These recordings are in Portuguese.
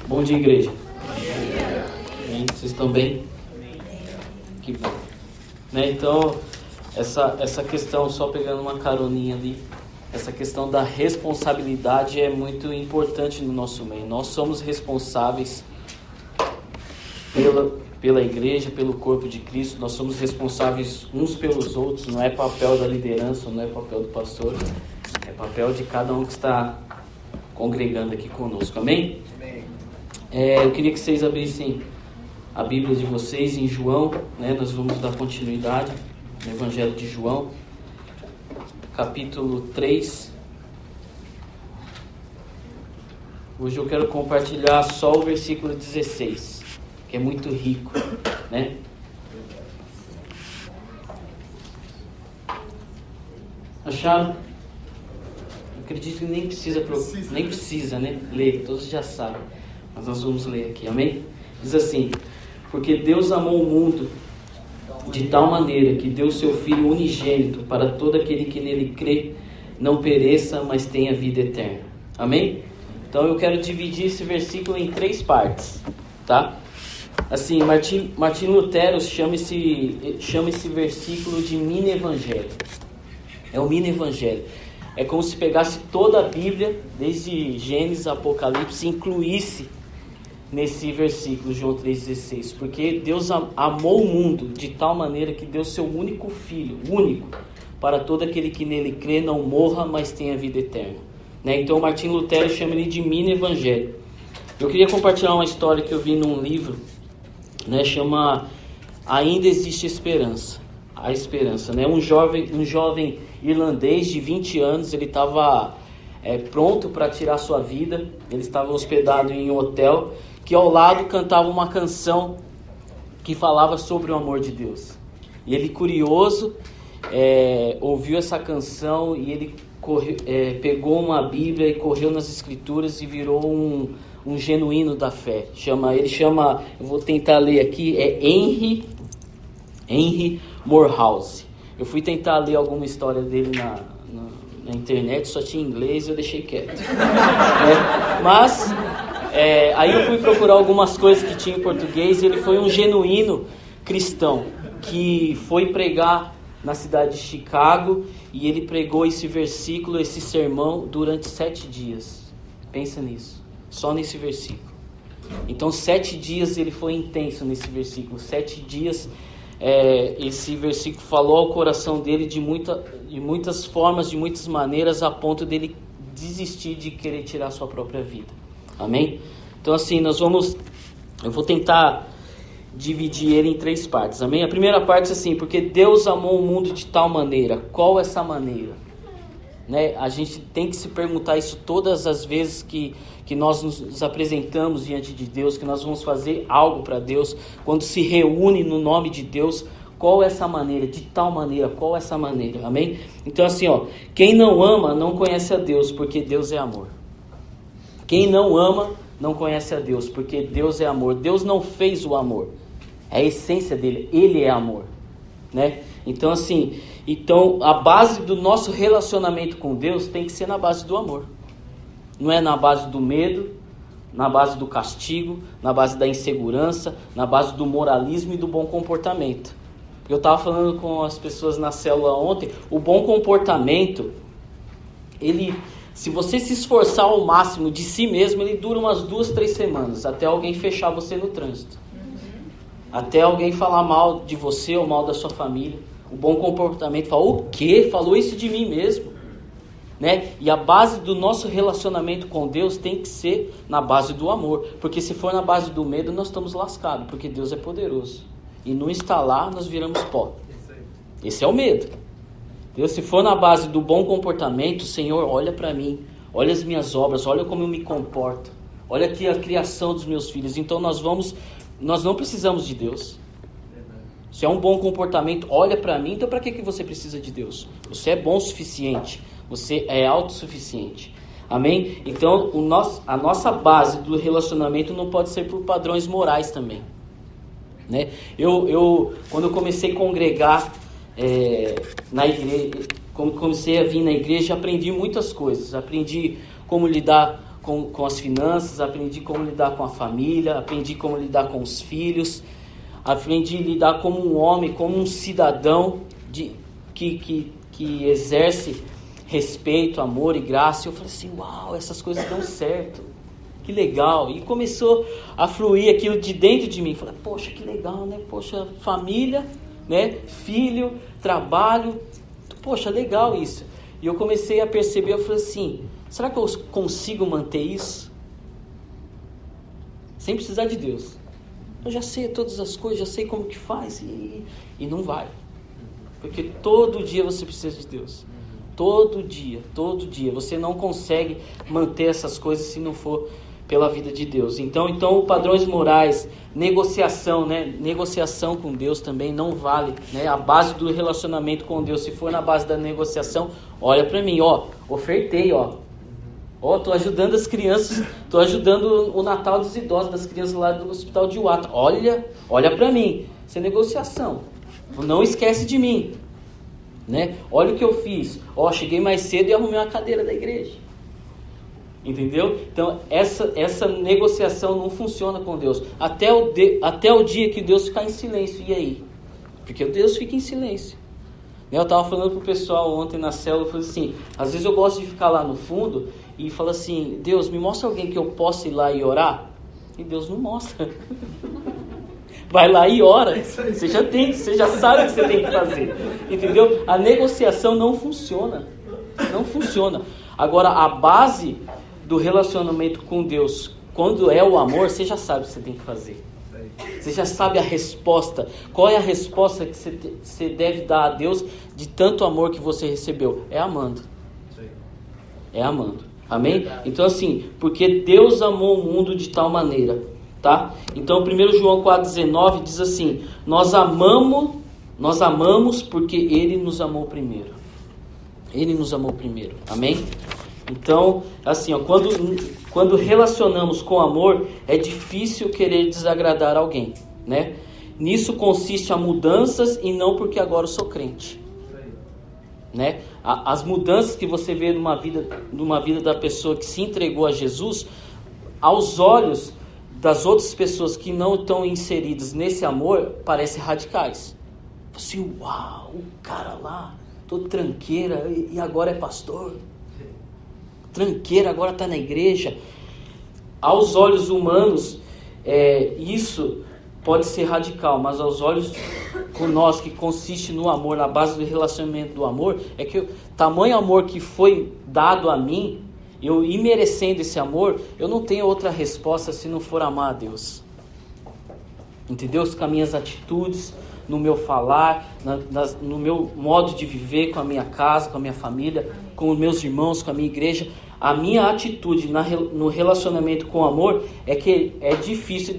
Bom dia, igreja. Bem, vocês estão bem? Que bom. Né? Então, essa questão, só pegando uma caroninha ali, essa questão da responsabilidade é muito importante no nosso meio. Nós somos responsáveis pela igreja, pelo corpo de Cristo. Nós somos responsáveis uns pelos outros. Não é papel da liderança, não é papel do pastor. É papel de cada um que está congregando aqui conosco. Amém? Amém. Eu queria que vocês abrissem a Bíblia de vocês em João, né? Nós vamos dar continuidade no Evangelho de João, capítulo 3. Hoje eu quero compartilhar só o versículo 16, que é muito rico, né? Acharam? Acredito que nem precisa, né? Ler, todos já sabem. Mas nós vamos ler aqui, amém? Diz assim: porque Deus amou o mundo de tal maneira que deu seu Filho unigênito para todo aquele que nele crê, não pereça, mas tenha vida eterna. Amém? Então eu quero dividir esse versículo em 3 partes, tá? Assim, Martim Lutero chama esse versículo de mini evangelho. É o mini evangelho. É como se pegasse toda a Bíblia, desde Gênesis a Apocalipse, e incluísse nesse versículo, João 3,16. Porque Deus amou o mundo de tal maneira que deu seu único Filho, único, para todo aquele que nele crê, não morra, mas tenha vida eterna. Né? Então Martim Lutero chama ele de mini evangelho. Eu queria compartilhar uma história que eu vi num livro, né? Chama Ainda Existe Esperança. A Esperança, né? Um jovem irlandês de 20 anos, ele estava pronto para tirar sua vida. Ele estava hospedado em um hotel que ao lado cantava uma canção que falava sobre o amor de Deus. E ele, curioso, ouviu essa canção e ele pegou uma Bíblia e correu nas Escrituras e virou um genuíno da fé. Eu vou tentar ler aqui, Henry Morehouse. Eu fui tentar ler alguma história dele na internet, só tinha inglês e eu deixei quieto. Mas aí eu fui procurar algumas coisas que tinha em português. Ele foi um genuíno cristão que foi pregar na cidade de Chicago, e ele pregou esse versículo, esse sermão, durante 7 dias. Pensa nisso, só nesse versículo. Então 7 dias ele foi intenso nesse versículo. 7 dias esse versículo falou ao coração dele de muitas formas, de muitas maneiras, a ponto dele desistir de querer tirar sua própria vida. Amém? Então assim, eu vou tentar dividir ele em 3 partes. Amém? A primeira parte é assim: porque Deus amou o mundo de tal maneira. Qual essa maneira? Né? A gente tem que se perguntar isso todas as vezes que nós nos apresentamos diante de Deus, que nós vamos fazer algo para Deus, quando se reúne no nome de Deus. Qual é essa maneira? De tal maneira, qual é essa maneira? Amém? Então assim, quem não ama não conhece a Deus, porque Deus é amor. Quem não ama não conhece a Deus, porque Deus é amor. Deus não fez o amor, é a essência dele, ele é amor, né? Então assim, a base do nosso relacionamento com Deus tem que ser na base do amor. Não é na base do medo, na base do castigo, na base da insegurança, na base do moralismo e do bom comportamento. Eu estava falando com as pessoas na célula ontem, o bom comportamento, se você se esforçar ao máximo de si mesmo, ele dura umas 2-3 semanas, até alguém fechar você no trânsito. Até alguém falar mal de você ou mal da sua família. O bom comportamento fala: o quê? Falou isso de mim mesmo? Né? E a base do nosso relacionamento com Deus tem que ser na base do amor. Porque se for na base do medo, nós estamos lascados, porque Deus é poderoso. E no instalar, nós viramos pó. Esse é o medo. Deus, se for na base do bom comportamento: Senhor, olha para mim, olha as minhas obras, olha como eu me comporto, olha aqui a criação dos meus filhos. Então nós não precisamos de Deus. Se é um bom comportamento, olha para mim, então para que você precisa de Deus? Você é bom o suficiente, você é autossuficiente. Amém? Então a nossa base do relacionamento não pode ser por padrões morais também, né? Quando eu comecei a congregar na igreja, quando comecei a vir na igreja, aprendi muitas coisas. Aprendi como lidar com as finanças, aprendi como lidar com a família, aprendi como lidar com os filhos, aprendi a lidar como um homem, como um cidadão que exerce respeito, amor e graça. E eu falei assim, uau, essas coisas dão certo, que legal. E começou a fluir aquilo de dentro de mim. Falei, poxa, que legal, né? Poxa, família, né? Filho, trabalho, poxa, legal isso. E eu comecei a perceber, eu falei assim, será que eu consigo manter isso? Sem precisar de Deus. Eu já sei todas as coisas, já sei como que faz e não vai. Porque todo dia você precisa de Deus. Todo dia. Você não consegue manter essas coisas se não for pela vida de Deus. Então padrões morais, negociação, né? Negociação com Deus também não vale, né? A base do relacionamento com Deus, se for na base da negociação, olha para mim, ofertei, tô ajudando as crianças, tô ajudando o Natal dos idosos, das crianças lá do Hospital de Uata. Olha para mim, isso é negociação. Não esquece de mim, né? Olha o que eu fiz. Cheguei mais cedo e arrumei uma cadeira da igreja. Entendeu? Então essa negociação não funciona com Deus até o dia que Deus ficar em silêncio. E aí? Porque Deus fica em silêncio. Eu estava falando pro pessoal ontem na célula, eu falei assim, às vezes eu gosto de ficar lá no fundo e falo assim, Deus, me mostra alguém que eu possa ir lá e orar. E Deus não mostra. Vai lá e ora. Você já sabe o que você tem que fazer. Entendeu? A negociação não funciona. Não funciona. Agora, a base do relacionamento com Deus, quando é o amor, você já sabe o que você tem que fazer. Você já sabe a resposta. Qual é a resposta que você deve dar a Deus de tanto amor que você recebeu? É amando. É amando. Amém? Então assim, porque Deus amou o mundo de tal maneira, tá? Então 1 João 4,19 diz assim, nós amamos porque Ele nos amou primeiro. Ele nos amou primeiro. Amém? Então, assim, quando relacionamos com amor, é difícil querer desagradar alguém, né? Nisso consiste a mudanças e não porque agora eu sou crente, né? As mudanças que você vê numa vida da pessoa que se entregou a Jesus, aos olhos das outras pessoas que não estão inseridas nesse amor, parecem radicais. Assim, uau, o cara lá, todo tranqueira, e agora é pastor. Tranqueira, agora está na igreja. Aos olhos humanos, isso pode ser radical, mas aos olhos com nós, que consiste no amor, na base do relacionamento do amor, é que o tamanho amor que foi dado a mim, eu imerecendo esse amor, eu não tenho outra resposta se não for amar a Deus. Entendeu? Com as minhas atitudes, no meu falar, no meu modo de viver com a minha casa, com a minha família, com os meus irmãos, com a minha igreja. A minha atitude no relacionamento com o amor é que é difícil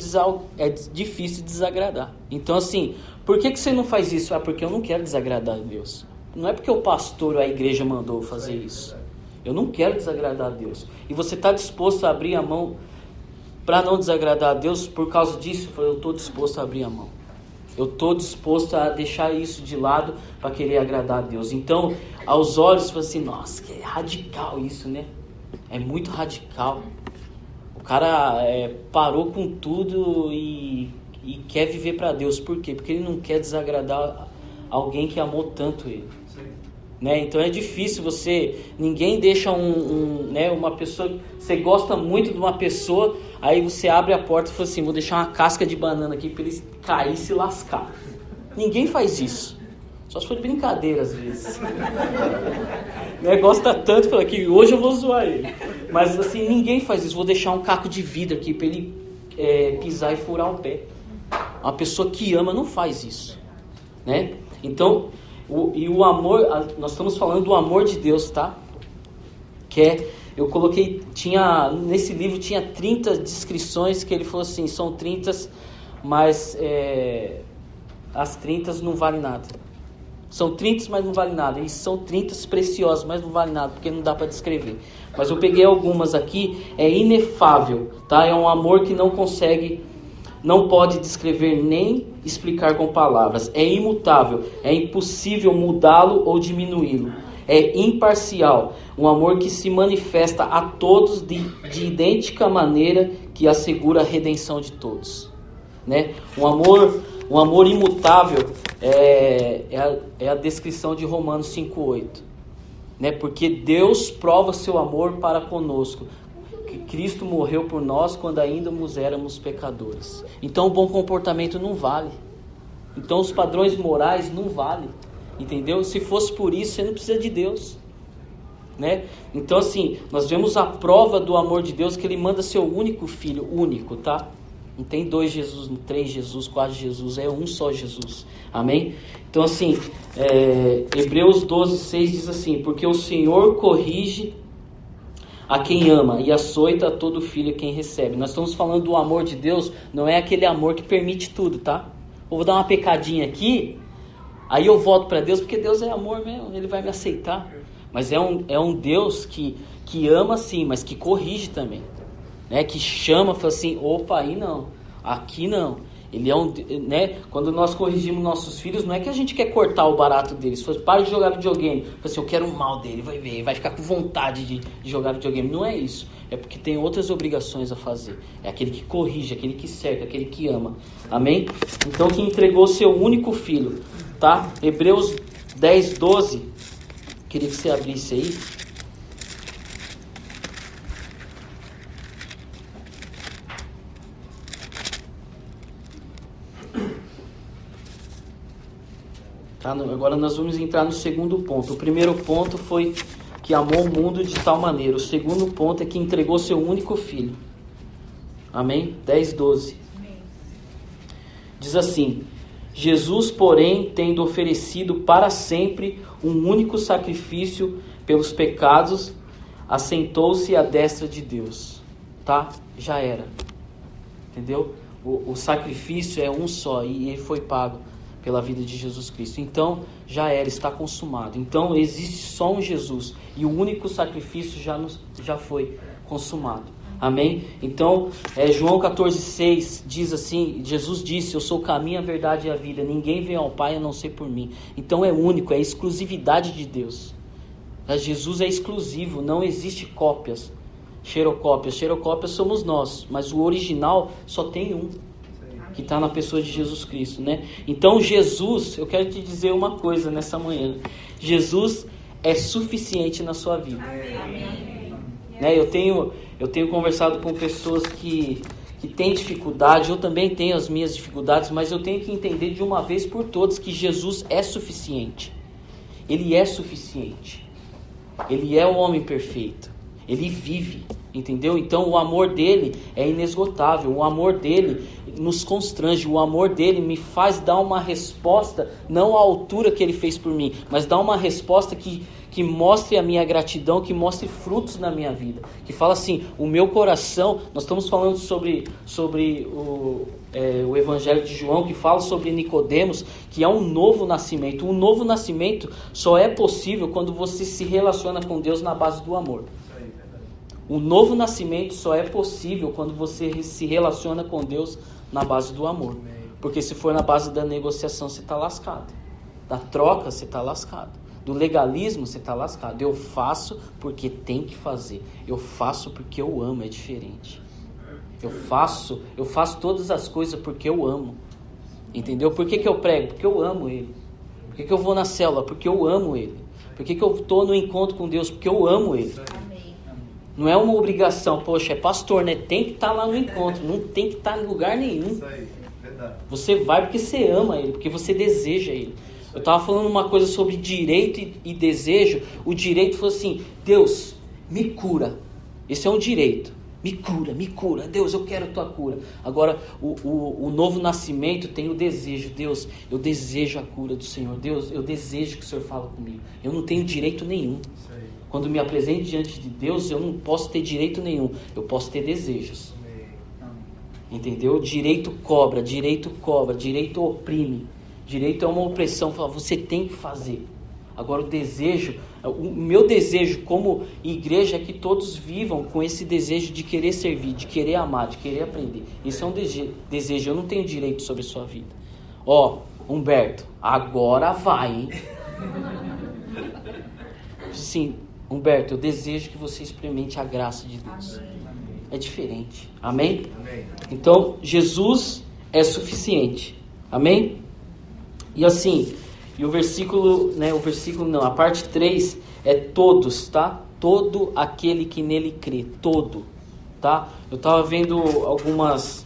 desagradar. Então assim, por que você não faz isso? Porque eu não quero desagradar a Deus. Não é porque o pastor ou a igreja mandou fazer isso. Eu não quero desagradar a Deus. E você está disposto a abrir a mão para não desagradar a Deus por causa disso? Eu estou disposto a abrir a mão. Eu estou disposto a deixar isso de lado para querer agradar a Deus. Então, aos olhos, você fala assim, nossa, que radical isso, né? É muito radical. O cara parou com tudo e quer viver para Deus. Por quê? Porque ele não quer desagradar alguém que amou tanto ele. Né? Então é difícil ninguém deixa uma pessoa, você gosta muito de uma pessoa, aí você abre a porta e fala assim, vou deixar uma casca de banana aqui para ele cair e se lascar. Ninguém faz isso. Só se for de brincadeira às vezes. Gosta tanto, fala que hoje eu vou zoar ele. Mas assim, ninguém faz isso. Vou deixar um caco de vidro aqui para ele pisar e furar o pé. Uma pessoa que ama não faz isso, né? Então, o amor, nós estamos falando do amor de Deus, tá? Eu coloquei, nesse livro tinha 30 descrições que ele falou assim, são 30, mas as 30 não valem nada. São 30, mas não vale nada. E são 30 preciosos, mas não vale nada, porque não dá para descrever. Mas eu peguei algumas aqui. É inefável, tá? É um amor que não pode descrever nem explicar com palavras. É imutável. É impossível mudá-lo ou diminuí-lo. é imparcial, um amor que se manifesta a todos de idêntica maneira, que assegura a redenção de todos, né? Um amor imutável é a descrição de Romanos 5,8, né? Porque Deus prova seu amor para conosco, que Cristo morreu por nós quando ainda éramos pecadores. Então o bom comportamento não vale. Então os padrões morais não valem, entendeu? Se fosse por isso, você não precisa de Deus, né? Então assim, nós vemos a prova do amor de Deus, que Ele manda seu único Filho, único, tá? Não tem 2 Jesus, 3 Jesus, 4 Jesus, é um só Jesus, amém? Então assim, Hebreus 12,6 diz assim: porque o Senhor corrige a quem ama e açoita a todo filho a quem recebe. Nós estamos falando do amor de Deus, não é aquele amor que permite tudo, tá? Eu vou dar uma pecadinha aqui, aí eu volto para Deus, porque Deus é amor mesmo, Ele vai me aceitar. Mas é um Deus que ama sim, mas que corrige também, né? Que chama, fala assim, opa, aí não, aqui não. Ele é né? Quando nós corrigimos nossos filhos, não é que a gente quer cortar o barato deles. Para de jogar videogame, fala assim, eu quero o mal dele, vai ver, vai ficar com vontade de jogar videogame. Não é isso, é porque tem outras obrigações a fazer. É aquele que corrige, aquele que cerca, aquele que ama, amém? Então que entregou seu único filho, tá? Hebreus 10:12, queria que você abrisse aí. Tá? Agora nós vamos entrar no segundo ponto. O primeiro ponto foi que amou o mundo de tal maneira. O segundo ponto é que entregou seu único filho. Amém? 10:12. Diz assim: Jesus, porém, tendo oferecido para sempre um único sacrifício pelos pecados, assentou-se à destra de Deus. Tá? Já era. Entendeu? O sacrifício é um só e ele foi pago pela vida de Jesus Cristo. Então, já era, está consumado. Então, existe só um Jesus e o único sacrifício já foi consumado. Amém? Então, João 14,6 diz assim, Jesus disse, eu sou o caminho, a verdade e a vida. Ninguém vem ao Pai a não ser por mim. Então, é único, é exclusividade de Deus. Jesus é exclusivo, não existe cópias, xerocópias. Xerocópias somos nós, mas o original só tem um, que está na pessoa de Jesus Cristo, né? Então Jesus, eu quero te dizer uma coisa nessa manhã: Jesus é suficiente na sua vida. Amém. Né? Eu tenho conversado com pessoas que têm dificuldade, eu também tenho as minhas dificuldades, mas eu tenho que entender de uma vez por todas que Jesus é suficiente. Ele é suficiente. Ele é o homem perfeito. Ele vive, entendeu? Então o amor dele é inesgotável. O amor dele nos constrange. O amor dele me faz dar uma resposta, não à altura que ele fez por mim, mas dar uma resposta que mostre a minha gratidão, que mostre frutos na minha vida. Que fala assim, o meu coração... Nós estamos falando sobre o Evangelho de João, que fala sobre Nicodemos, que é um novo nascimento. Um novo nascimento só é possível quando você se relaciona com Deus na base do amor. O novo nascimento só é possível quando você se relaciona com Deus na base do amor. Porque se for na base da negociação, você está lascado. Da troca, você está lascado. Do legalismo, você está lascado. Eu faço porque tem que fazer. Eu faço porque eu amo, é diferente. Eu faço todas as coisas porque eu amo. Entendeu? Por que eu prego? Porque eu amo Ele. Por que eu vou na célula? Porque eu amo Ele. Por que eu estou no encontro com Deus? Porque eu amo Ele. Não é uma obrigação, poxa, é pastor, né? Tem que estar lá no encontro, não tem que estar em lugar nenhum. Isso aí, verdade. Você vai porque você ama Ele, porque você deseja Ele. Eu estava falando uma coisa sobre direito e desejo. O direito foi assim, Deus, me cura. Esse é um direito. Me cura. Deus, eu quero a tua cura. Agora, o novo nascimento tem o desejo. Deus, eu desejo a cura do Senhor. Deus, eu desejo que o Senhor fale comigo. Eu não tenho direito nenhum. Quando me apresento diante de Deus, eu não posso ter direito nenhum. Eu posso ter desejos. Entendeu? Direito cobra, direito oprime. Direito é uma opressão. Fala, você tem que fazer. Agora o desejo, o meu desejo como igreja é que todos vivam com esse desejo de querer servir, de querer amar, de querer aprender. Isso é um desejo. Eu não tenho direito sobre a sua vida. Humberto, agora vai, hein? assim, Humberto, eu desejo que você experimente a graça de Deus. Amém. É diferente. Amém? Amém. Então, Jesus é suficiente. Amém? E assim, e o versículo não, a parte 3 é todos, tá? Todo aquele que nele crê, todo, tá? Eu estava vendo algumas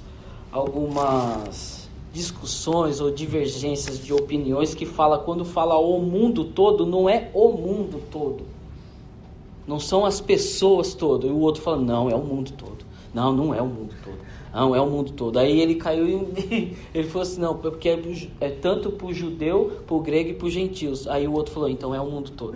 discussões ou divergências de opiniões que quando fala o mundo todo, não é o mundo todo. Não são as pessoas todas. E o outro fala, não, é o mundo todo. Não, não é o mundo todo. Não, é o mundo todo. Aí ele caiu e ele falou assim, não, porque é tanto para o judeu, para o grego e para os gentios. Aí o outro falou, então é o mundo todo.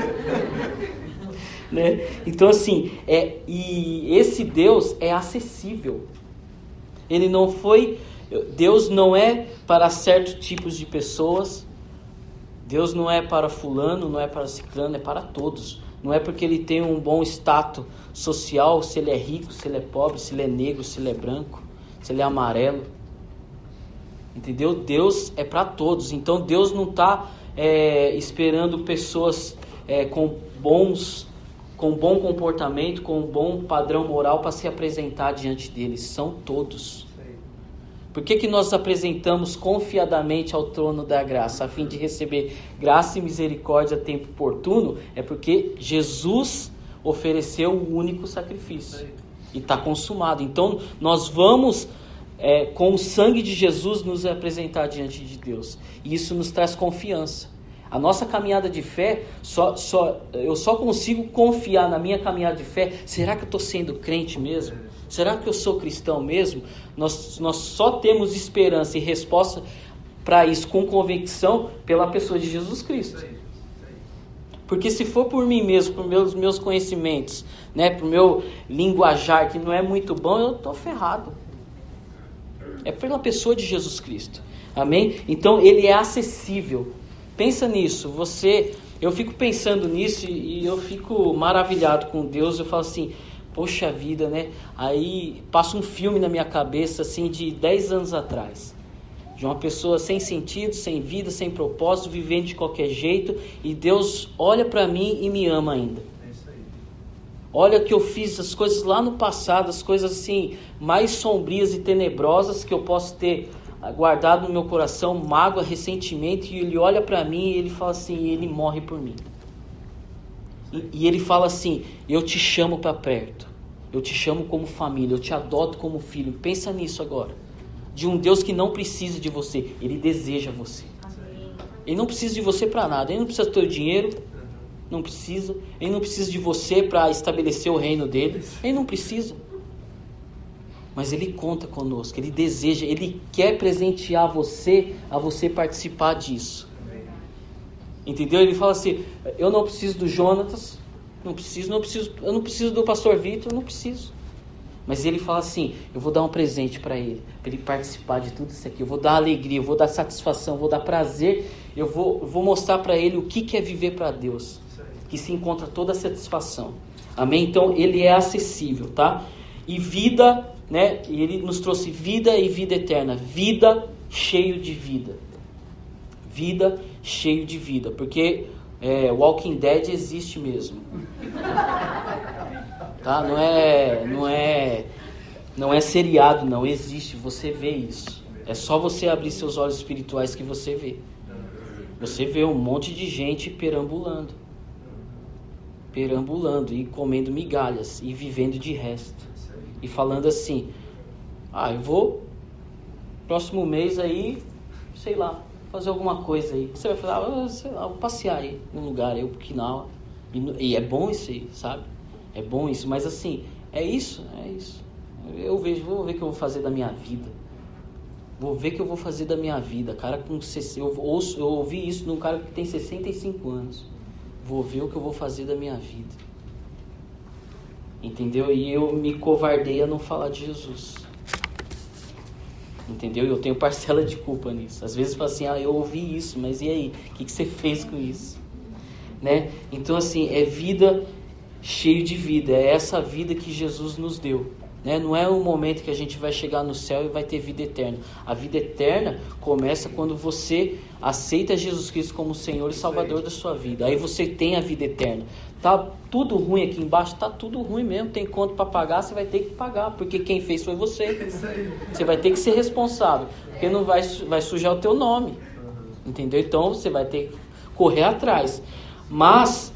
Né? Então assim, e esse Deus é acessível. Ele não foi... Deus não é para certos tipos de pessoas. Deus não é para fulano, não é para ciclano, é para todos. Não é porque ele tem um bom status social, se ele é rico, se ele é pobre, se ele é negro, se ele é branco, se ele é amarelo. Entendeu? Deus é para todos. Então Deus não está esperando pessoas com bom comportamento, com um bom padrão moral para se apresentar diante dele. São todos. Por que nós apresentamos confiadamente ao trono da graça, a fim de receber graça e misericórdia a tempo oportuno? É porque Jesus ofereceu o único sacrifício e está consumado. Então nós vamos, com o sangue de Jesus, nos apresentar diante de Deus. E isso nos traz confiança. A nossa caminhada de fé, eu só consigo confiar na minha caminhada de fé. Será que eu estou sendo crente mesmo? Será que eu sou cristão mesmo? Nós só temos esperança e resposta para isso com convicção pela pessoa de Jesus Cristo. Porque se for por mim mesmo, por meus conhecimentos, né, por meu linguajar que não é muito bom, eu estou ferrado. É pela pessoa de Jesus Cristo. Amém? Então ele é acessível. Pensa nisso. Eu fico pensando nisso e eu fico maravilhado com Deus. Eu falo assim, poxa vida, né? Aí passa um filme na minha cabeça assim de 10 anos atrás. De uma pessoa sem sentido, sem vida, sem propósito, vivendo de qualquer jeito. E Deus olha para mim e me ama ainda. É isso aí. Olha que eu fiz as coisas lá no passado, as coisas assim mais sombrias e tenebrosas que eu posso ter guardado no meu coração, mágoa, ressentimento. E ele olha para mim e ele fala assim, ele morre por mim. E ele fala assim, eu te chamo para perto. Eu te chamo como família, eu te adoto como filho. Pensa nisso agora. De um Deus que não precisa de você, ele deseja você. Ele não precisa de você para nada, ele não precisa do teu dinheiro, não precisa. Ele não precisa de você para estabelecer o reino dele, ele não precisa. Mas ele conta conosco, ele deseja, ele quer presentear você, a você participar disso. Entendeu? Ele fala assim, eu não preciso do Jonatas, eu não preciso do pastor Vitor, não preciso. Mas ele fala assim, eu vou dar um presente para ele participar de tudo isso aqui. Eu vou dar alegria, eu vou dar satisfação, eu vou dar prazer. Eu vou mostrar para ele o que é viver para Deus. Que se encontra toda a satisfação. Amém? Então ele é acessível, tá? E vida, né? E ele nos trouxe vida e vida eterna. Vida cheio de vida. Vida cheio de vida. Porque Walking Dead existe mesmo. Tá? Não é seriado, não. Existe, você vê isso. É só você abrir seus olhos espirituais que você vê. Você vê um monte de gente perambulando e comendo migalhas e vivendo de resto. E falando assim, eu vou próximo mês aí, sei lá, fazer alguma coisa aí. Você vai falar, sei lá, vou passear aí num lugar aí, Okinawa. E é bom isso aí, sabe? É bom isso, mas assim, é isso. Vou ver o que eu vou fazer da minha vida. Cara, eu ouvi isso num cara que tem 65 anos. Vou ver o que eu vou fazer da minha vida. Entendeu? E eu me covardei a não falar de Jesus. Entendeu? Eu tenho parcela de culpa nisso. Às vezes eu falo assim, eu ouvi isso, mas e aí? O que você fez com isso? Né? Então assim, é vida cheio de vida. É essa vida que Jesus nos deu. né? Não é um momento que a gente vai chegar no céu e vai ter vida eterna. A vida eterna começa quando você aceita Jesus Cristo como Senhor e Salvador da sua vida. Aí você tem a vida eterna. Tá tudo ruim aqui embaixo? Tá tudo ruim mesmo. Tem conta para pagar, você vai ter que pagar, porque quem fez foi você. Você vai ter que ser responsável, porque não vai sujar o teu nome. Entendeu? Então você vai ter que correr atrás. Mas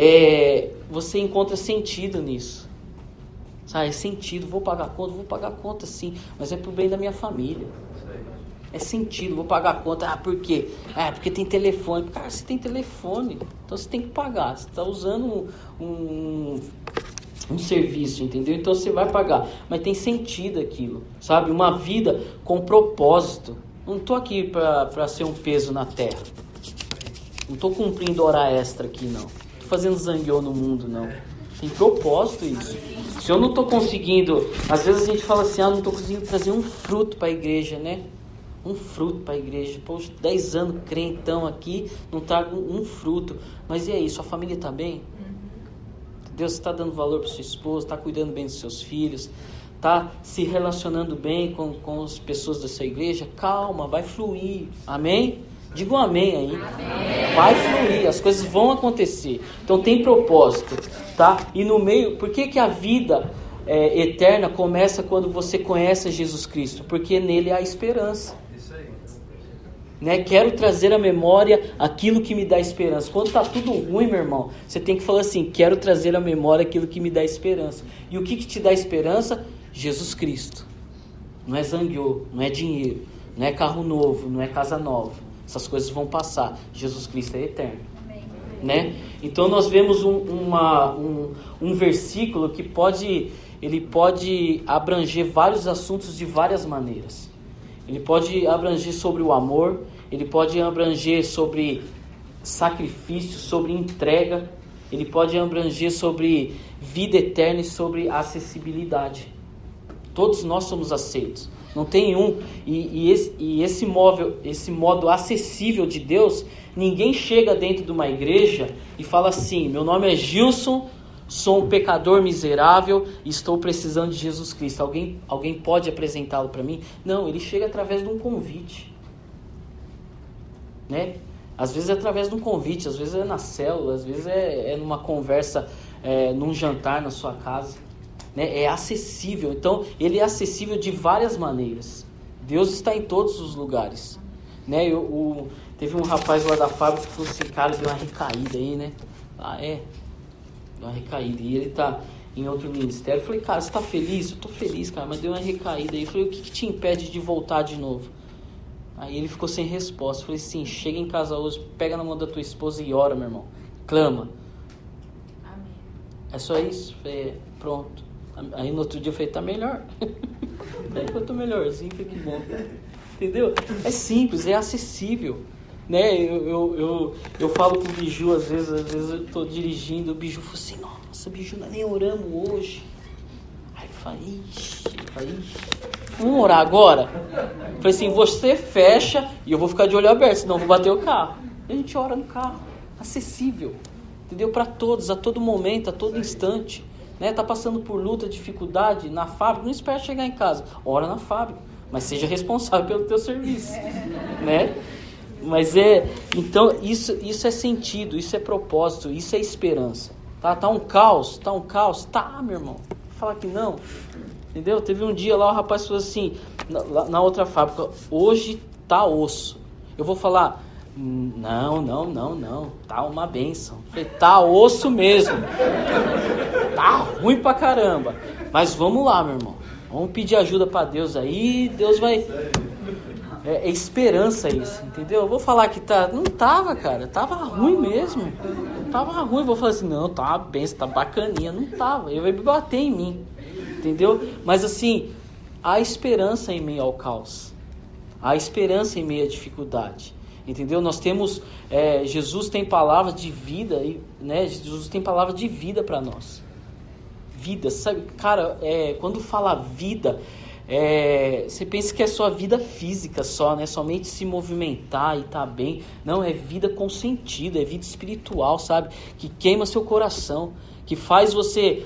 você encontra sentido nisso. Sabe? Sentido. Vou pagar conta sim, mas é pro bem da minha família. É sentido, vou pagar a conta. Por quê? Porque tem telefone. Cara, você tem telefone, então você tem que pagar. Você está usando um serviço, entendeu? Então você vai pagar. Mas tem sentido aquilo, sabe? Uma vida com propósito. Não estou aqui para ser um peso na terra. Não estou cumprindo hora extra aqui, não. Estou fazendo zangueô no mundo, não. Tem propósito isso. Se eu não estou conseguindo... Às vezes a gente fala assim, não estou conseguindo trazer um fruto para a igreja, né? Um fruto para a igreja. Poxa, 10 anos crentão aqui, não trago um fruto. Mas e aí, sua família está bem? Deus está dando valor para sua esposa, está cuidando bem dos seus filhos, está se relacionando bem com as pessoas da sua igreja? Calma, vai fluir. Amém? Diga um amém aí. Amém. Vai fluir, as coisas vão acontecer. Então tem propósito, tá? E no meio, por que a vida eterna começa quando você conhece Jesus Cristo? Porque nele há esperança. Né? Quero trazer à memória aquilo que me dá esperança. Quando está tudo ruim, meu irmão, você tem que falar assim: quero trazer à memória aquilo que me dá esperança. E o que te dá esperança? Jesus Cristo. Não é zangueô, não é dinheiro, não é carro novo, não é casa nova. Essas coisas vão passar. Jesus Cristo é eterno. Amém. Né? Então nós vemos um versículo que pode abranger vários assuntos de várias maneiras. Ele pode abranger sobre o amor, ele pode abranger sobre sacrifício, sobre entrega, ele pode abranger sobre vida eterna e sobre acessibilidade. Todos nós somos aceitos. Não tem esse modo acessível de Deus, ninguém chega dentro de uma igreja e fala assim: meu nome é Gilson, sou um pecador miserável e estou precisando de Jesus Cristo. Alguém pode apresentá-lo para mim? Não, ele chega através de um convite. Né? Às vezes é através de um convite, às vezes é na célula, às vezes é numa conversa, num jantar na sua casa. Né? É acessível. Então, ele é acessível de várias maneiras. Deus está em todos os lugares. Né? Teve um rapaz lá da fábrica que falou assim: cara, deu uma recaída aí, né? Deu uma recaída, e ele tá em outro ministério. Eu falei: cara, você tá feliz? Eu tô feliz, cara, mas deu uma recaída aí. Eu falei: o que te impede de voltar de novo? Aí ele ficou sem resposta. Eu falei assim: chega em casa hoje, pega na mão da tua esposa e ora, meu irmão, clama. Amém. É só isso? Eu falei: pronto. Aí no outro dia eu falei: tá melhor. Aí eu tô melhorzinho, que bom. Entendeu? É simples, é acessível. Né? Eu falo pro Biju, às vezes eu tô dirigindo, o Biju fala assim: nossa, Biju, nós nem oramos hoje. Aí eu falei: vamos orar agora? Eu falei assim: você fecha e eu vou ficar de olho aberto, senão eu vou bater o carro. E a gente ora no carro, acessível, entendeu? Para todos, a todo momento, a todo instante. Né? Tá passando por luta, dificuldade na fábrica, não espera chegar em casa, ora na fábrica, mas seja responsável pelo teu serviço. Né? Mas então isso é sentido, isso é propósito, isso é esperança. Tá um caos, tá, meu irmão. Fala que não, entendeu? Teve um dia lá, o rapaz falou assim, na outra fábrica: hoje tá osso. Eu vou falar: não, tá uma bênção. Eu falei: tá osso mesmo, tá ruim pra caramba, mas vamos lá, meu irmão, vamos pedir ajuda pra Deus aí, Deus vai... É esperança isso, entendeu? Eu vou falar que não tava, cara, tava ruim mesmo, tava ruim. Vou falar assim: não, tá uma benção, tá bacaninha. Não tava, ele vai me bater em mim, entendeu? Mas assim, há esperança em meio ao caos, há esperança em meio à dificuldade, entendeu? Nós temos, Jesus tem palavras de vida, né? Jesus tem palavras de vida para nós. Vida, sabe, cara, quando fala vida, você pensa que é só a vida física só, né? Somente se movimentar e tá bem. Não, é vida com sentido, é vida espiritual, sabe? Que queima seu coração, que faz você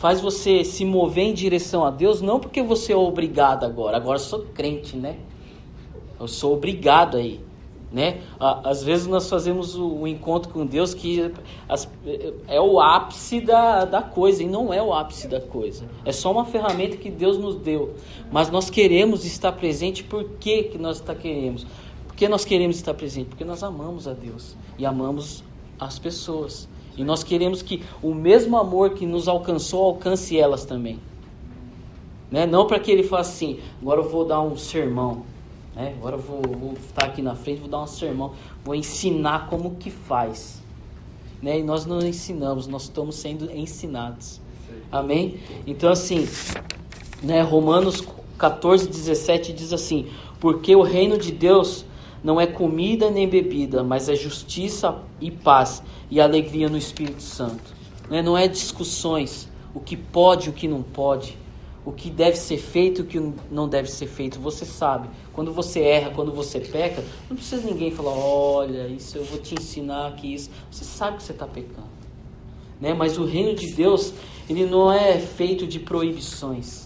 faz você se mover em direção a Deus, não porque você é obrigado agora eu sou crente, né? Eu sou obrigado aí, né? Às vezes nós fazemos o encontro com Deus que é o ápice da coisa, e não é o ápice da coisa. É só uma ferramenta que Deus nos deu. Mas nós queremos estar presente. Por que nós queremos? Porque nós queremos estar presente? Porque nós amamos a Deus e amamos as pessoas. E nós queremos que o mesmo amor que nos alcançou, alcance elas também. Né? Não para que ele faça assim, agora eu vou dar um sermão. Né? Agora eu vou estar aqui na frente, vou dar um sermão. Vou ensinar como que faz. Né? E nós não ensinamos, nós estamos sendo ensinados. Amém? Então assim, né, Romanos 14:17 diz assim: porque o reino de Deus não é comida nem bebida, mas é justiça e paz e alegria no Espírito Santo. Não é discussões, o que pode, o que não pode, o que deve ser feito e o que não deve ser feito. Você sabe, quando você erra, quando você peca, não precisa ninguém falar, olha, isso eu vou te ensinar que isso. Você sabe que você está pecando. Né? Mas o reino de Deus, ele não é feito de proibições.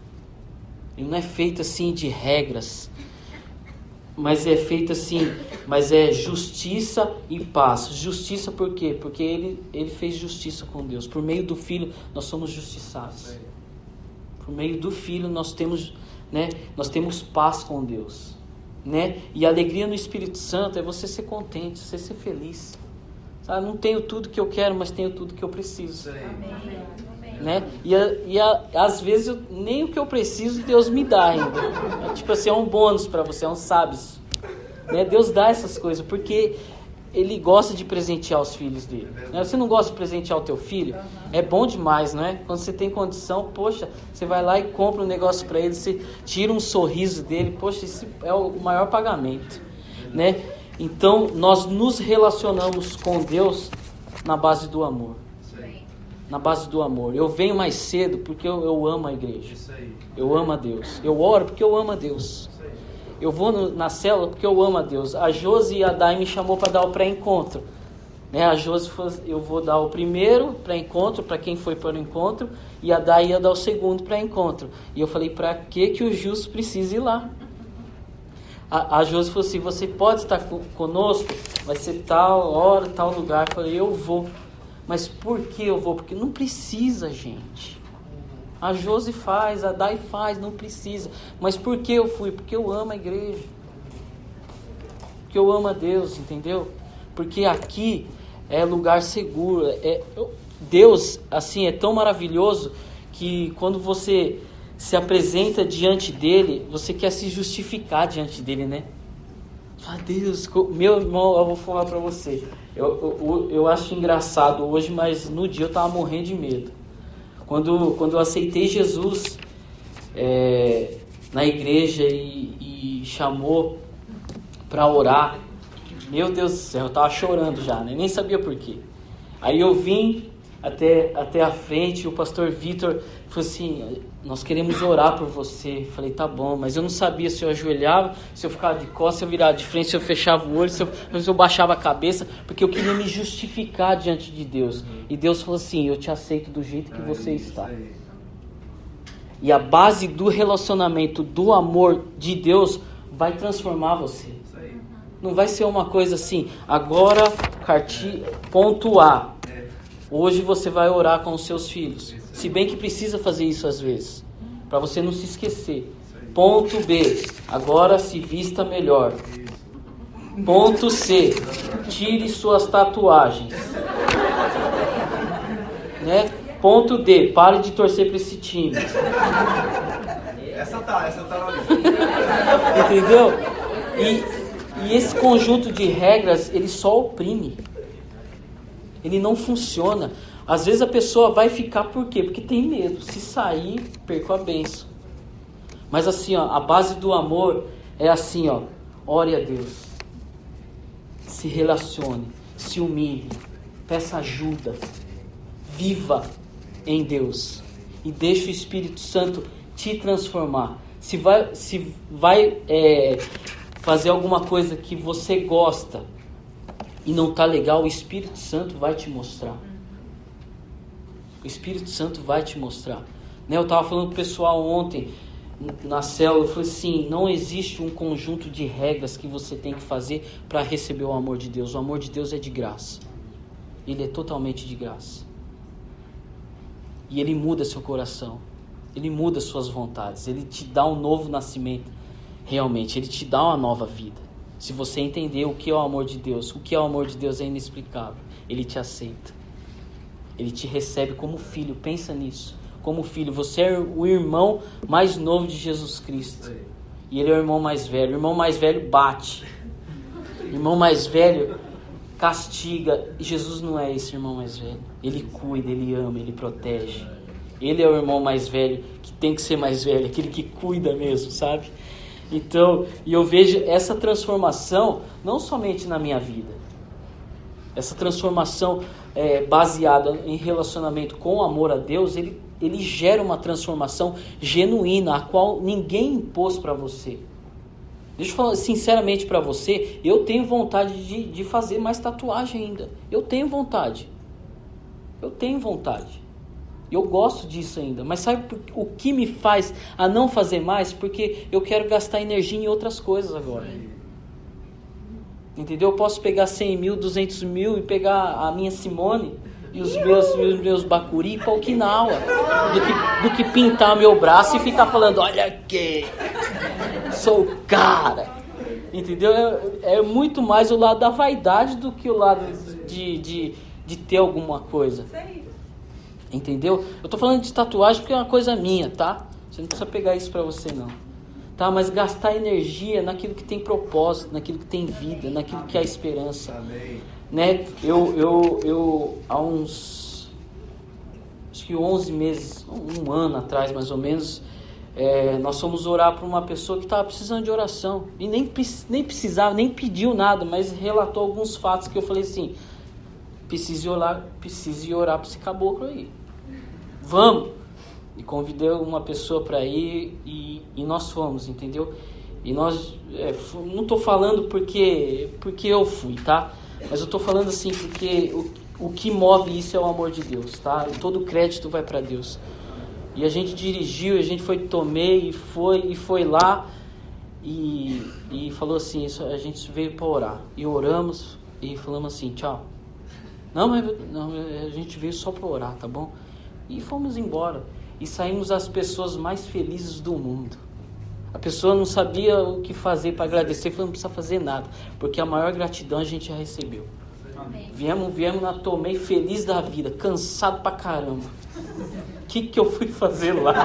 Ele não é feito assim de regras. Mas é feito assim, mas é justiça e paz. Justiça por quê? Porque ele fez justiça com Deus. Por meio do Filho nós somos justiçados. Por meio do Filho nós temos, né, nós temos paz com Deus. Né? E a alegria no Espírito Santo é você ser contente, você ser feliz. Sabe? Não tenho tudo que eu quero, mas tenho tudo que eu preciso. Amém. Né? E às vezes nem o que eu preciso Deus me dá ainda. Tipo assim, é um bônus para você, é um sábis. Né? Deus dá essas coisas porque Ele gosta de presentear os filhos dele. Né? Você não gosta de presentear o teu filho? É bom demais, não é? Quando você tem condição, poxa, você vai lá e compra um negócio para ele, você tira um sorriso dele, poxa, isso é o maior pagamento. Né? Então nós nos relacionamos com Deus na base do amor. Na base do amor. Eu venho mais cedo porque eu amo a igreja. Eu amo a Deus. Eu oro porque eu amo a Deus. Eu vou na célula porque eu amo a Deus. A Josi e a Dai me chamou para dar o pré-encontro. Né? A Josi falou, eu vou dar o primeiro pré-encontro para quem foi para o encontro, e a Dai ia dar o segundo pré-encontro. E eu falei, para que o Justo precisa ir lá? A Josi falou assim, você pode estar conosco? Vai ser tal hora, tal lugar. Eu falei, eu vou. Mas por que eu vou? Porque não precisa, gente. A Josi faz, a Dai faz, não precisa. Mas por que eu fui? Porque eu amo a igreja. Porque eu amo a Deus, entendeu? Porque aqui é lugar seguro. Deus, assim, é tão maravilhoso que quando você se apresenta diante dele, você quer se justificar diante dele, né? Fala, Deus, meu irmão, eu vou falar para você. Eu acho engraçado hoje, mas no dia eu estava morrendo de medo. Quando eu aceitei Jesus na igreja e chamou para orar, meu Deus do céu, eu estava chorando já, né? Nem sabia por quê. Aí eu vim até a frente, e o pastor Vitor falou assim, nós queremos orar por você. Eu falei, tá bom, mas eu não sabia se eu ajoelhava, se eu ficava de costas, se eu virava de frente, se eu fechava o olho, se eu baixava a cabeça, porque eu queria me justificar diante de Deus. E Deus falou assim, eu te aceito do jeito que você está. E a base do relacionamento, do amor de Deus, vai transformar você. Não vai ser uma coisa assim, agora, ponto A. Hoje você vai orar com os seus filhos. Se bem que precisa fazer isso às vezes, para você não se esquecer. Ponto B, agora se vista melhor. Ponto C, tire suas tatuagens. Né? Ponto D, pare de torcer para esse time. Essa tá na lista. Entendeu? E esse conjunto de regras, ele só oprime. Ele não funciona. Às vezes a pessoa vai ficar por quê? Porque tem medo. Se sair, perco a bênção. Mas assim, ó, a base do amor é assim, ó. Ore a Deus. Se relacione. Se humilhe. Peça ajuda. Viva em Deus. E deixe o Espírito Santo te transformar. Se vai fazer alguma coisa que você gosta e não está legal, o Espírito Santo vai te mostrar. O O Espírito Santo vai te mostrar. Né? Eu estava falando com o pessoal ontem, na célula, eu falei assim, não existe um conjunto de regras que você tem que fazer para receber o amor de Deus. O amor de Deus é de graça. Ele é totalmente de graça. E Ele muda seu coração. Ele muda suas vontades. Ele te dá um novo nascimento. Realmente, Ele te dá uma nova vida. Se você entender o que é o amor de Deus, o que é o amor de Deus é inexplicável. Ele te aceita. Ele te recebe como filho. Pensa nisso. Como filho, você é o irmão mais novo de Jesus Cristo. E Ele é o irmão mais velho. O irmão mais velho bate. O irmão mais velho castiga. E Jesus não é esse irmão mais velho. Ele cuida, Ele ama, Ele protege. Ele é o irmão mais velho, que tem que ser mais velho, aquele que cuida mesmo, sabe? Então, e eu vejo essa transformação não somente na minha vida. Essa transformação baseada em relacionamento com o amor a Deus, ele gera uma transformação genuína, a qual ninguém impôs para você. Deixa eu falar sinceramente para você, eu tenho vontade de fazer mais tatuagem ainda. Eu tenho vontade. Eu gosto disso ainda. Mas sabe o que me faz a não fazer mais? Porque eu quero gastar energia em outras coisas agora. Entendeu? Eu posso pegar 100 mil, 200 mil e pegar a minha Simone e os meus bacuri para Okinawa, do que pintar meu braço e ficar falando, olha aqui, sou o cara. Entendeu? É muito mais o lado da vaidade do que o lado de ter alguma coisa. Entendeu? Eu tô falando de tatuagem porque é uma coisa minha, tá? Você não precisa pegar isso para você não. Tá? Mas gastar energia naquilo que tem propósito, naquilo que tem vida, naquilo que há esperança. Amém. Né? Eu há uns, acho que 11 meses, um ano atrás mais ou menos, nós fomos orar para uma pessoa que estava precisando de oração. E nem precisava, nem pediu nada, mas relatou alguns fatos que eu falei assim, precisa ir orar para esse caboclo aí. Vamos! E convidei uma pessoa para ir e nós fomos, entendeu? E nós, não estou falando porque eu fui, tá? Mas eu estou falando assim porque o que move isso é o amor de Deus, tá? E todo o crédito vai para Deus. E a gente dirigiu, a gente foi lá e falou assim, a gente veio para orar. E oramos e falamos assim, tchau. Não, a gente veio só para orar, tá bom? E fomos embora. E saímos as pessoas mais felizes do mundo. A pessoa não sabia o que fazer para agradecer, falou, não precisa fazer nada, porque a maior gratidão a gente já recebeu. Amém. Viemos na Tomei feliz da vida, cansado pra caramba. O que eu fui fazer lá?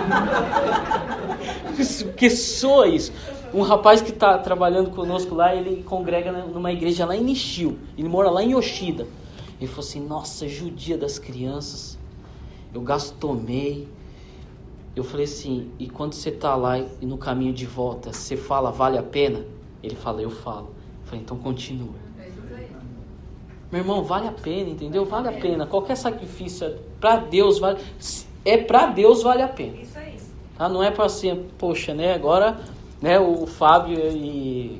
Que soa isso? Um rapaz que está trabalhando conosco lá, ele congrega numa igreja lá em Nishio, ele mora lá em Yoshida. Ele falou assim, nossa, judia das crianças, eu gasto Tomei. Eu falei assim, e quando você está lá e no caminho de volta, você fala, vale a pena? Ele fala, eu falo. Eu falei, então continua. Meu irmão, vale a pena, entendeu? Vale a pena. Qualquer sacrifício para Deus vale. Para Deus vale a pena. Isso aí. Tá? Não é para assim, poxa, né? Agora, né? O Fábio e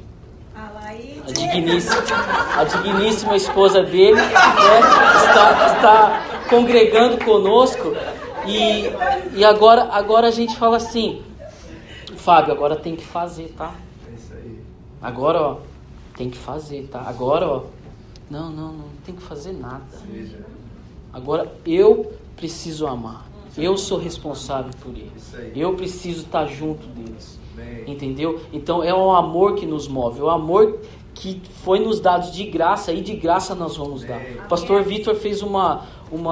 a digníssima esposa dele, né, está congregando conosco. E agora a gente fala assim, Fábio, agora tem que fazer, tá? É isso aí. Agora, ó, tem que fazer, tá? Agora, ó, não tem que fazer nada. Agora eu preciso amar. Eu sou responsável por eles. Eu preciso estar junto deles. Entendeu? Então é o amor que nos move. É o amor que foi nos dado de graça e de graça nós vamos dar. O pastor Vitor fez uma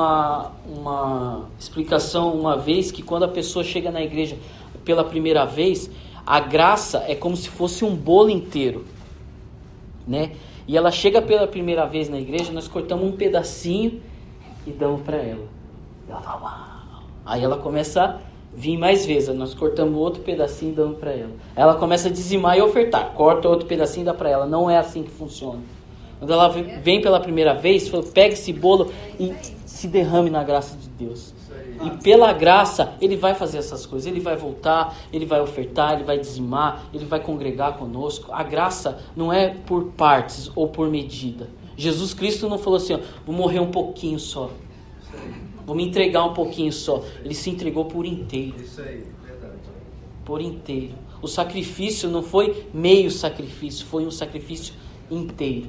explicação uma vez que quando a pessoa chega na igreja pela primeira vez, a graça é como se fosse um bolo inteiro, né? E ela chega pela primeira vez na igreja, nós cortamos um pedacinho e damos para ela. Ela fala, uau. Aí ela começa a vir mais vezes, nós cortamos outro pedacinho e damos para ela. Ela começa a dizimar e ofertar, corta outro pedacinho e dá para ela. Não é assim que funciona. Quando ela vem pela primeira vez, pega esse bolo e se derrame na graça de Deus. E pela graça, ele vai fazer essas coisas. Ele vai voltar, ele vai ofertar, ele vai dizimar, ele vai congregar conosco. A graça não é por partes ou por medida. Jesus Cristo não falou assim, ó, vou morrer um pouquinho só. Vou me entregar um pouquinho só. Ele se entregou por inteiro. Isso aí, verdade. Por inteiro. O sacrifício não foi meio sacrifício, foi um sacrifício inteiro.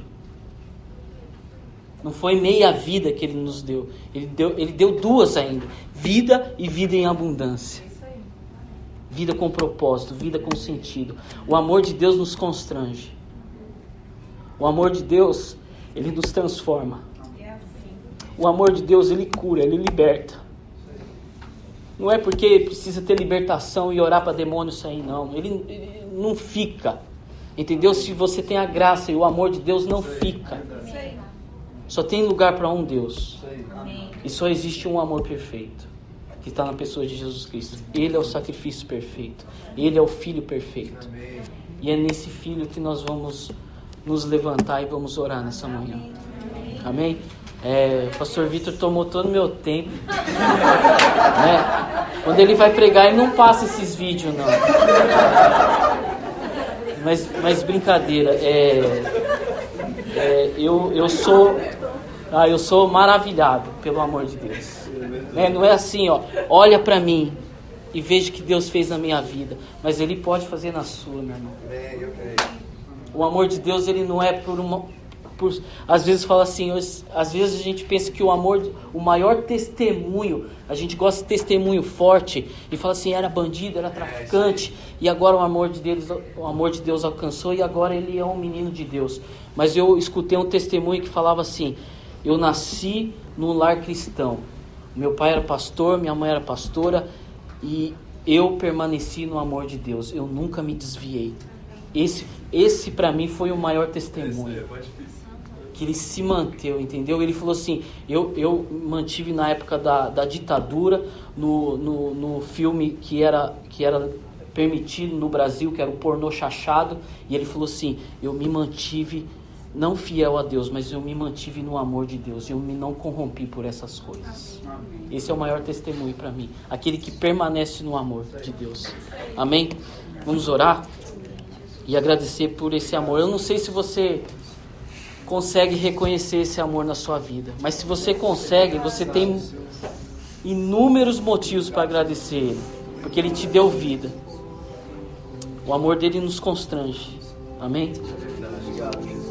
Não foi meia vida que Ele nos deu. Ele deu duas ainda. Vida e vida em abundância. Vida com propósito, vida com sentido. O amor de Deus nos constrange. O amor de Deus, Ele nos transforma. O amor de Deus, Ele cura, Ele liberta. Não é porque precisa ter libertação e orar para demônio sair, não. Ele não fica. Entendeu? Se você tem a graça e o amor de Deus, não fica. Só tem lugar para um Deus. E só existe um amor perfeito, que está na pessoa de Jesus Cristo. Ele é o sacrifício perfeito. Ele é o Filho perfeito. E é nesse Filho que nós vamos nos levantar e vamos orar nessa manhã. Amém? O pastor Vitor tomou todo o meu tempo. Né? Quando ele vai pregar, ele não passa esses vídeos, não. Mas brincadeira. Eu sou maravilhado pelo amor de Deus. Não é assim, olha para mim e veja o que Deus fez na minha vida. Mas Ele pode fazer na sua, meu irmão. O amor de Deus, ele não é às vezes fala assim, às vezes a gente pensa que o maior testemunho, a gente gosta de testemunho forte e fala assim, era bandido, era traficante e agora o amor de Deus alcançou e agora ele é um menino de Deus. Mas eu escutei um testemunho que falava assim, eu nasci num lar cristão, meu pai era pastor, minha mãe era pastora e eu permaneci no amor de Deus, eu nunca me desviei. Esse para mim foi o maior testemunho. Que ele se manteve, entendeu? Ele falou assim, eu mantive na época da ditadura, no filme que era permitido no Brasil, que era o pornô chachado, e ele falou assim, eu me mantive, não fiel a Deus, mas eu me mantive no amor de Deus, eu me não corrompi por essas coisas. Esse é o maior testemunho para mim, aquele que permanece no amor de Deus. Amém? Vamos orar e agradecer por esse amor. Eu não sei se você consegue reconhecer esse amor na sua vida, mas se você consegue, você tem inúmeros motivos para agradecer Ele, porque Ele te deu vida. O amor dele nos constrange. Amém?